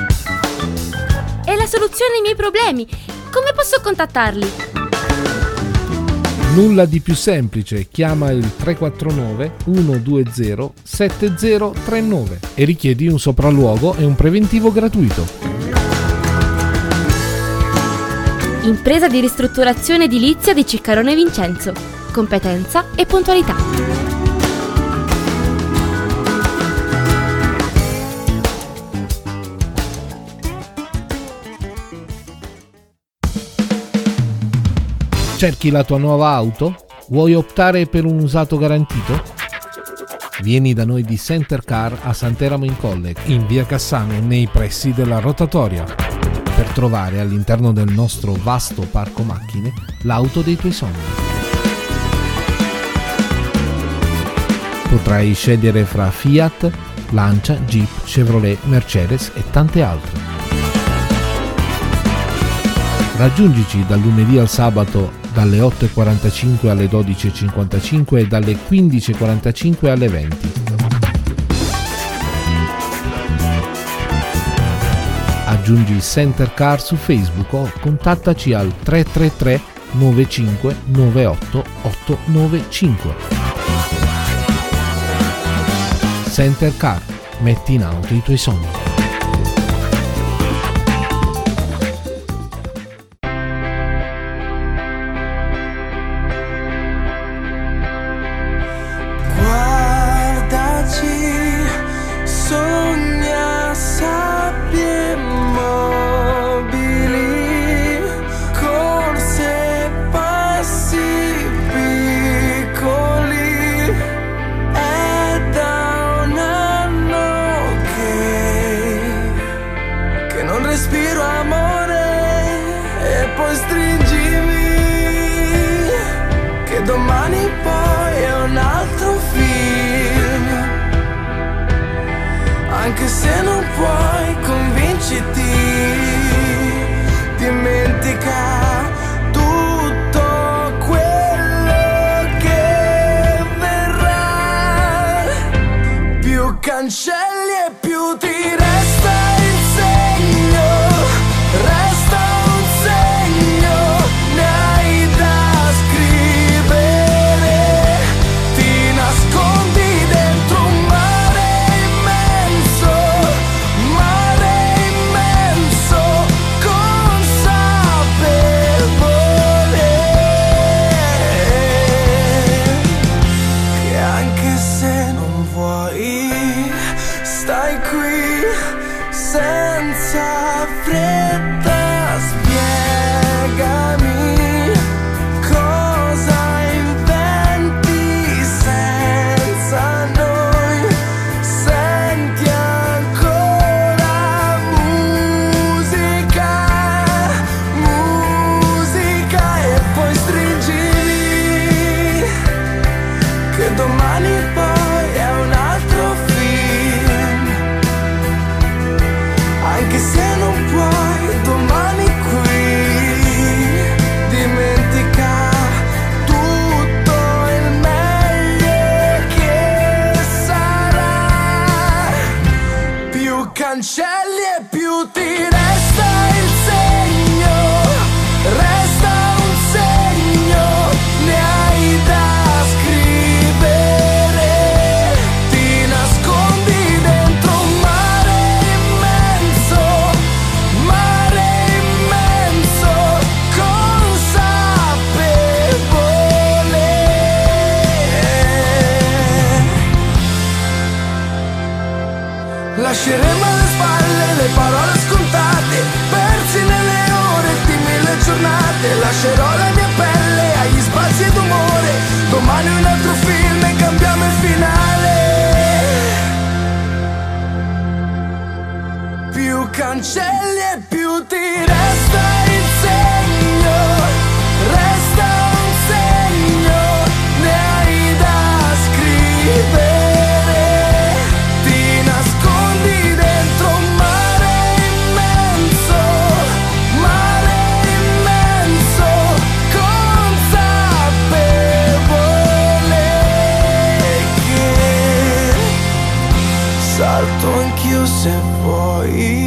È la soluzione ai miei problemi. Come posso contattarli? Nulla di più semplice, chiama il tre quattro nove uno due zero sette zero tre nove e richiedi un sopralluogo e un preventivo gratuito. Impresa di ristrutturazione edilizia di Ciccarone Vincenzo. Competenza e puntualità. Cerchi la tua nuova auto? Vuoi optare per un usato garantito? Vieni da noi di Center Car a Sant'Eramo in Colle, in via Cassano, nei pressi della rotatoria, per trovare all'interno del nostro vasto parco macchine l'auto dei tuoi sogni. Potrai scegliere fra Fiat, Lancia, Jeep, Chevrolet, Mercedes e tante altre. Raggiungici dal lunedì al sabato dalle otto e quarantacinque alle dodici e cinquantacinque e dalle quindici e quarantacinque alle venti. Aggiungi Center Car su Facebook o contattaci al tre tre tre nove cinque nove otto otto nove cinque. Center Car, metti in auto i tuoi sogni. Sogna sabbie immobili, corse, passi poi stringimi, che domani poi è un altro film. Anche se non puoi, convinciti, dimentica tutto quello che verrà. Più cancelli e più ti resta il segno, resta un segno, ne hai da scrivere, ti nascondi dentro un mare immenso, mare immenso, consapevole che anche se non vuoi stai qui senza fretta, spiegami cosa inventi senza noi, senti ancora musica, musica e poi stringimi, che domani poi è un altro film. Anche se non puoi, domani qui, dimentica tutto il meglio che sarà. Più cancelli e più ti resta il segno, resta un segno, ne hai da scrivere, ti nascondi dentro un mare immenso, mare immenso, consapevole. Lasceremo alle spalle le parole scontate, persi nelle ore di mille giornate. Lascerò la mia pelle agli spazi d'umore, domani un altro film e cambiamo il finale. Più cancelli e più ti resta il segno, resta un segno, ne hai da scrivere, ti nascondi dentro un mare immenso, mare immenso, consapevole che salto anch'io se vuoi.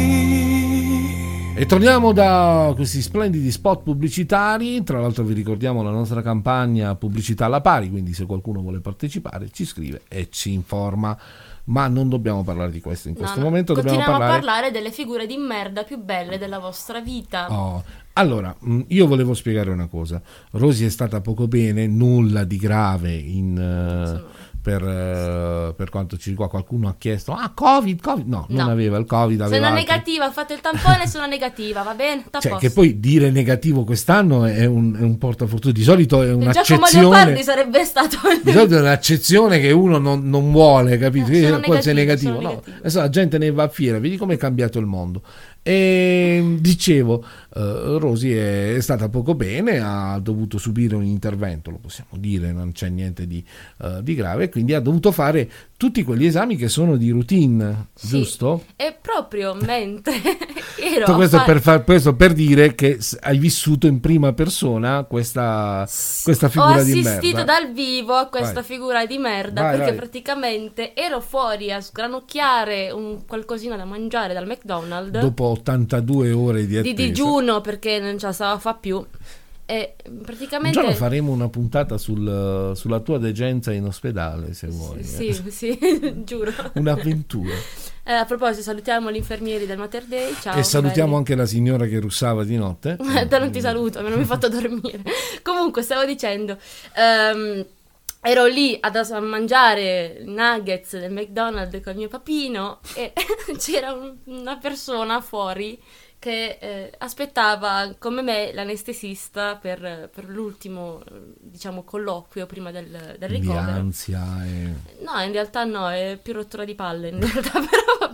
E torniamo da questi splendidi spot pubblicitari. Tra l'altro vi ricordiamo la nostra campagna pubblicità alla pari, quindi se qualcuno vuole partecipare ci scrive e ci informa. Ma non dobbiamo parlare di questo in questo No, no. momento, dobbiamo Continuiamo parlare... a parlare delle figure di merda più belle della vostra vita. Oh, allora, mh, io volevo spiegare una cosa. Rosy è stata poco bene, nulla di grave in, eh, per, eh, per quanto ci riguarda. Qualcuno ha chiesto, ah, Covid, Covid. No, non No. aveva il Covid, aveva Sono altri- negativa, ho fatto il tampone, sono negativa, va bene? Sta a Cioè, posto. che poi dire negativo quest'anno è un, è un portafortuna. Di solito è Il Giacomo un'accezione. Leopardi sarebbe stato Di solito è un'accezione che uno non, non vuole, capito? Eh, sono Quindi poi sei negativo, negativo. sono No, negativo. adesso la gente ne va a fiera, vedi come è cambiato il mondo. E dicevo, eh, Rosy è, è stata poco bene, ha dovuto subire un intervento, lo possiamo dire, non c'è niente di, eh, di grave, quindi ha dovuto fare tutti quegli esami che sono di routine, Sì. giusto? E proprio mentre ero Tutto a questo, fare- per far, questo per dire che s- hai vissuto in prima persona questa, questa figura ho di assistito merda. dal vivo a questa Vai. figura di merda, Vai, perché vai. praticamente ero fuori a sgranocchiare un qualcosina da mangiare dal McDonald's Dopo ottantadue ore di di attesa. digiuno, perché non ce la stava a fa più, e Un praticamente giorno faremo una puntata sul- sulla tua degenza in ospedale, se vuoi. sì, eh. sì, giuro. Un'avventura. Eh, a proposito, salutiamo gli infermieri del Mater Dei. Ciao. e salutiamo belli. anche la signora che russava di notte. Te non ti saluto, non mi hai fatto dormire. Comunque, stavo dicendo, ehm, ero lì ad a mangiare nuggets del McDonald's con il mio papino e c'era un- una persona fuori che eh, aspettava come me l'anestesista per, per l'ultimo, eh, diciamo, colloquio prima del, del Di ricovero. ansia e... No, in realtà no, è più rottura di palle, in realtà, però va bene.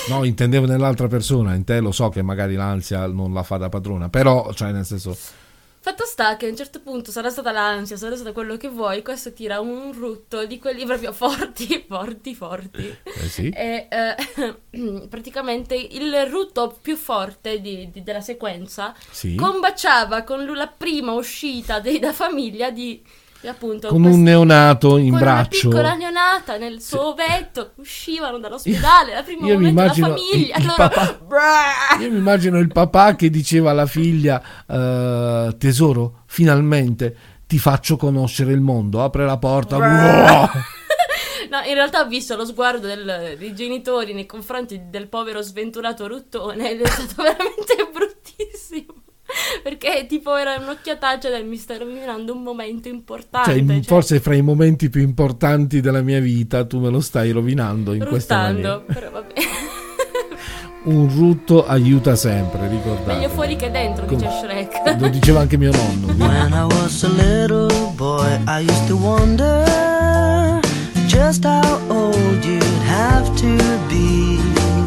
No, intendevo nell'altra persona, in te lo so che magari l'ansia non la fa da padrona, però, cioè, nel senso... Fatto sta che a un certo punto sarà stata l'ansia, sarà stato quello che vuoi, questo tira un rutto di quelli proprio forti, forti, forti. Eh sì. E eh, praticamente il rutto più forte di, di- della sequenza Sì. combaciava con la prima uscita dei- da famiglia di, appunto, Con questi- un neonato in con braccio. una piccola neonata nel suo ovetto, uscivano dall'ospedale, la prima Io mi momento della immagino famiglia, il- il loro- papà- Brrr! Io mi immagino il papà che diceva alla figlia, eh, tesoro, finalmente ti faccio conoscere il mondo, apre la porta. Uoh! No, in realtà ho visto lo sguardo del- dei genitori nei confronti del povero sventurato ruttone ed è stato veramente bruttissimo. Perché tipo era un'occhiataccia del mi stai rovinando un momento importante. Cioè, cioè, forse fra i momenti più importanti della mia vita tu me lo stai rovinando in questa maniera. ruttando, però vabbè. Un rutto aiuta sempre, ricordate. Meglio fuori che dentro, dice Shrek. Lo diceva anche mio nonno. quindi- When I was a little boy, I used to wonder just how old you'd have to be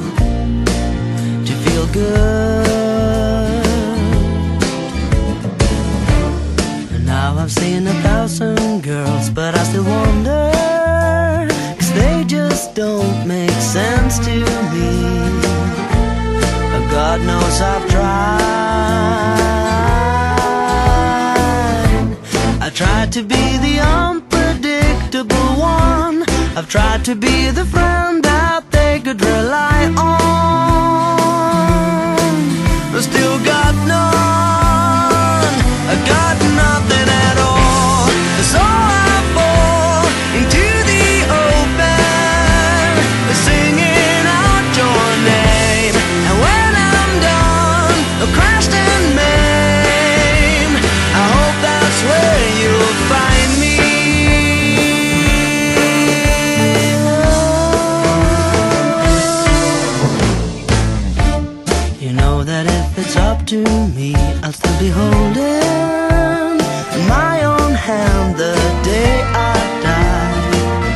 to feel good. And now I've seen a thousand girls, but I still wonder, 'cause they just don't make sense to me. But God knows I've tried. I've tried to be the unpredictable one. I've tried to be the friend that they could rely on. But still got none. I got nothing at all. So I fall into the open, singing out your name. And when I'm done, crashed and maimed, I hope that's where you'll find me. You know that if it's up to me, I'll still be holding my own hand the day I die.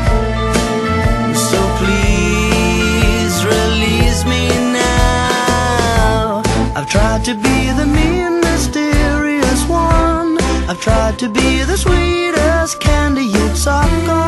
So please release me now. I've tried to be the mean, mysterious one. I've tried to be the sweetest candy you'd suck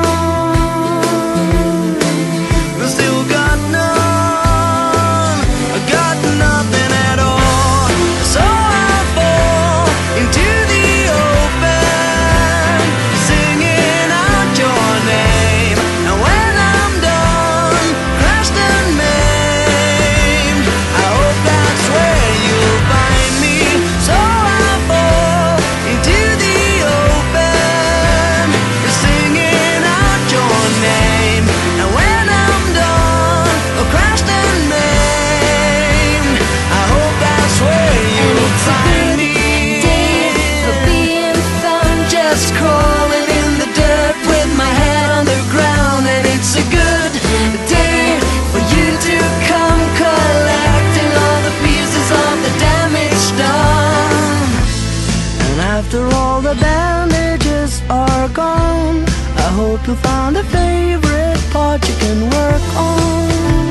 on. But still got none. I got nothing at all. So I fall into the open, singing out your name. And when I'm done, crashed and maimed, I hope that's where you'll find me. So I fall into the open, singing out your name. And when I'm done, crashed and maimed, I hope that's where you'll find me. For being found, just crawling in the dirt with my head on the ground. And it's a good day for you to come collecting all the pieces of the damage done. And after all the bandages are gone, I hope you'll find a favorite part you can work on.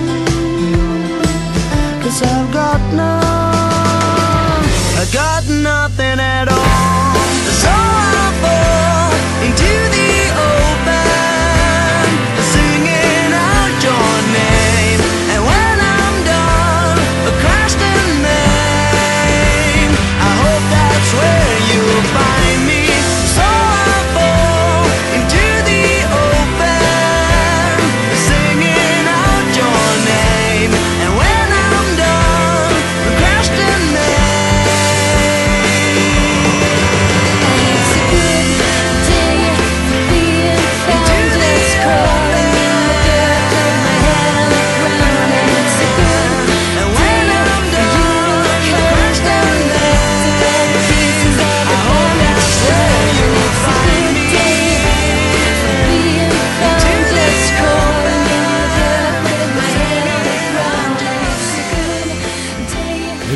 'Cause I've got none, I got nothing at all. So I fall into the open, singing out your name. And when I'm done, crashed and maimed, I hope that's where you'll find me. So I fall into the open,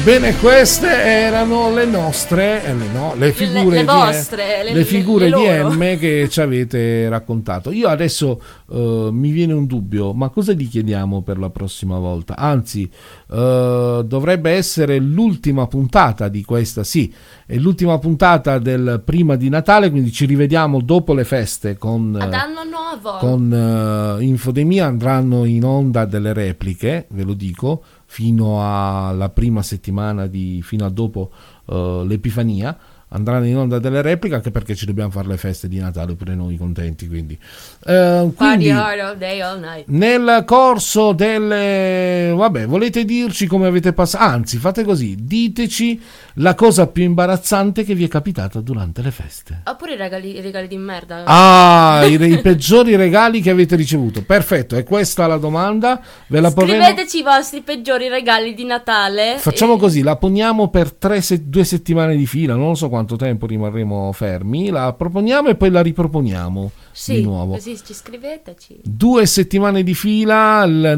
Bene, queste erano le nostre, eh, le, no, le figure, le di, vostre, le, le- figure le di loro. M che ci avete raccontato. Io adesso eh, mi viene un dubbio, ma cosa gli chiediamo per la prossima volta? Anzi, eh, dovrebbe essere l'ultima puntata di questa, sì, è l'ultima puntata del prima di Natale, quindi ci rivediamo dopo le feste con... Ad anno nuovo. con uh, Infodemia. Andranno in onda delle repliche, ve lo dico, fino alla prima settimana di fino a dopo uh, l'Epifania. Andranno in onda delle repliche, anche perché ci dobbiamo fare le feste di Natale pure noi contenti, quindi, uh, Party quindi hard all day, all night. nel corso delle... vabbè, volete dirci come avete passato? Anzi, fate così, diteci la cosa più imbarazzante che vi è capitata durante le feste. Oppure i regali, i regali di merda. Ah, i, i peggiori regali che avete ricevuto. Perfetto, è questa la domanda. Ve la porremo. Scriveteci i vostri peggiori regali di Natale. Facciamo e- così, la poniamo per tre se- due settimane di fila, non so quanto tempo rimarremo fermi, la proponiamo e poi la riproponiamo Sì, di nuovo. così ci scriveteci. Due settimane di fila, il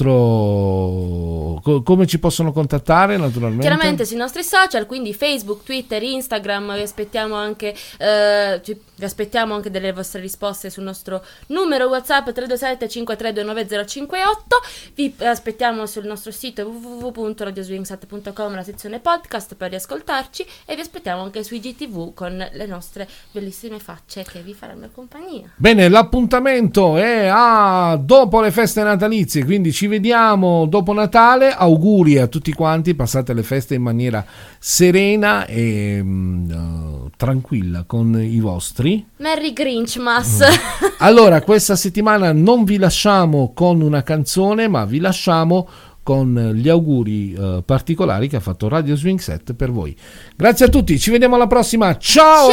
nostro... co- come ci possono contattare naturalmente? Chiaramente sui nostri social, quindi Facebook, Twitter, Instagram, vi aspettiamo anche eh, ci- vi aspettiamo anche delle vostre risposte sul nostro numero WhatsApp tre due sette cinque tre due nove zero cinque otto. Vi aspettiamo sul nostro sito w w w punto radio swing set punto com, la sezione podcast per riascoltarci, e vi aspettiamo anche su I G T V con le nostre bellissime facce che vi faranno compagnia. Bene, l'appuntamento è a dopo le feste natalizie, quindi ci vediamo dopo Natale. Auguri a tutti quanti, passate le feste in maniera serena e mm, uh, tranquilla con i vostri. Merry Grinchmas. Allora, questa settimana non vi lasciamo con una canzone, ma vi lasciamo con gli auguri eh, particolari che ha fatto Radio Swing Set per voi. Grazie a tutti, ci vediamo alla prossima. Ciao!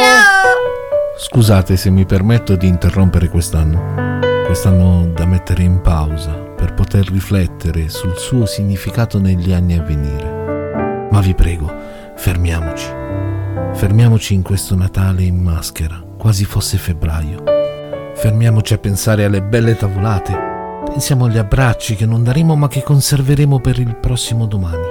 Scusate se mi permetto di interrompere quest'anno. Quest'anno da mettere in pausa per poter riflettere sul suo significato negli anni a venire. Ma vi prego, fermiamoci. Fermiamoci in questo Natale in maschera, quasi fosse febbraio. Fermiamoci a pensare alle belle tavolate. Pensiamo agli abbracci che non daremo ma che conserveremo per il prossimo domani.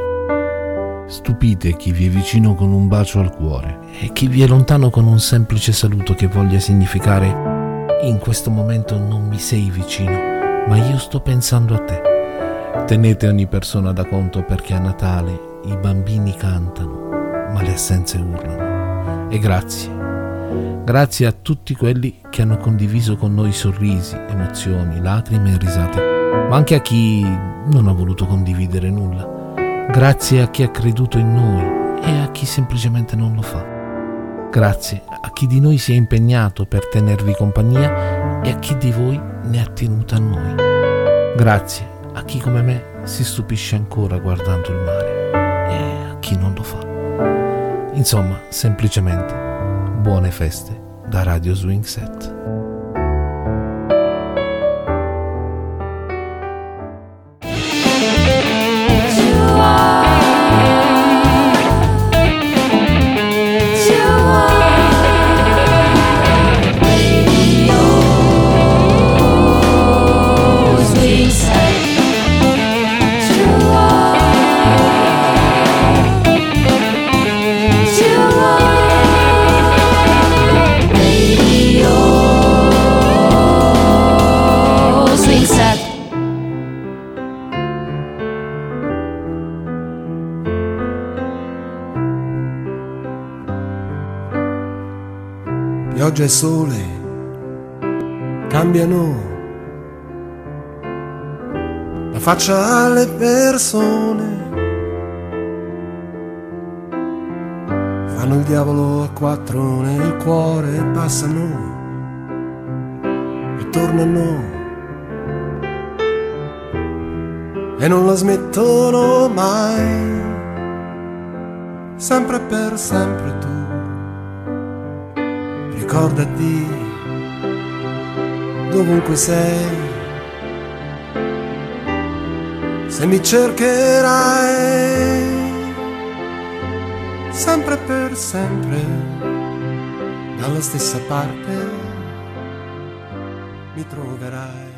Stupite chi vi è vicino con un bacio al cuore e chi vi è lontano con un semplice saluto che voglia significare: in questo momento non mi sei vicino, ma io sto pensando a te. Tenete ogni persona da conto, perché a Natale i bambini cantano, ma le assenze urlano. E grazie. Grazie a tutti quelli che hanno condiviso con noi sorrisi, emozioni, lacrime e risate, ma anche a chi non ha voluto condividere nulla. Grazie a chi ha creduto in noi e a chi semplicemente non lo fa. Grazie a chi di noi si è impegnato per tenervi compagnia e a chi di voi ne ha tenuta a noi. Grazie a chi come me si stupisce ancora guardando il mare e a chi non lo fa. Insomma, semplicemente buone feste da Radio Swing Set. Pioggia e sole cambiano la faccia alle persone, fanno il diavolo a quattro nel cuore, passano e tornano e non la smettono mai, sempre per sempre tu. Ricordati, dovunque sei, se mi cercherai, sempre per sempre, dalla stessa parte mi troverai.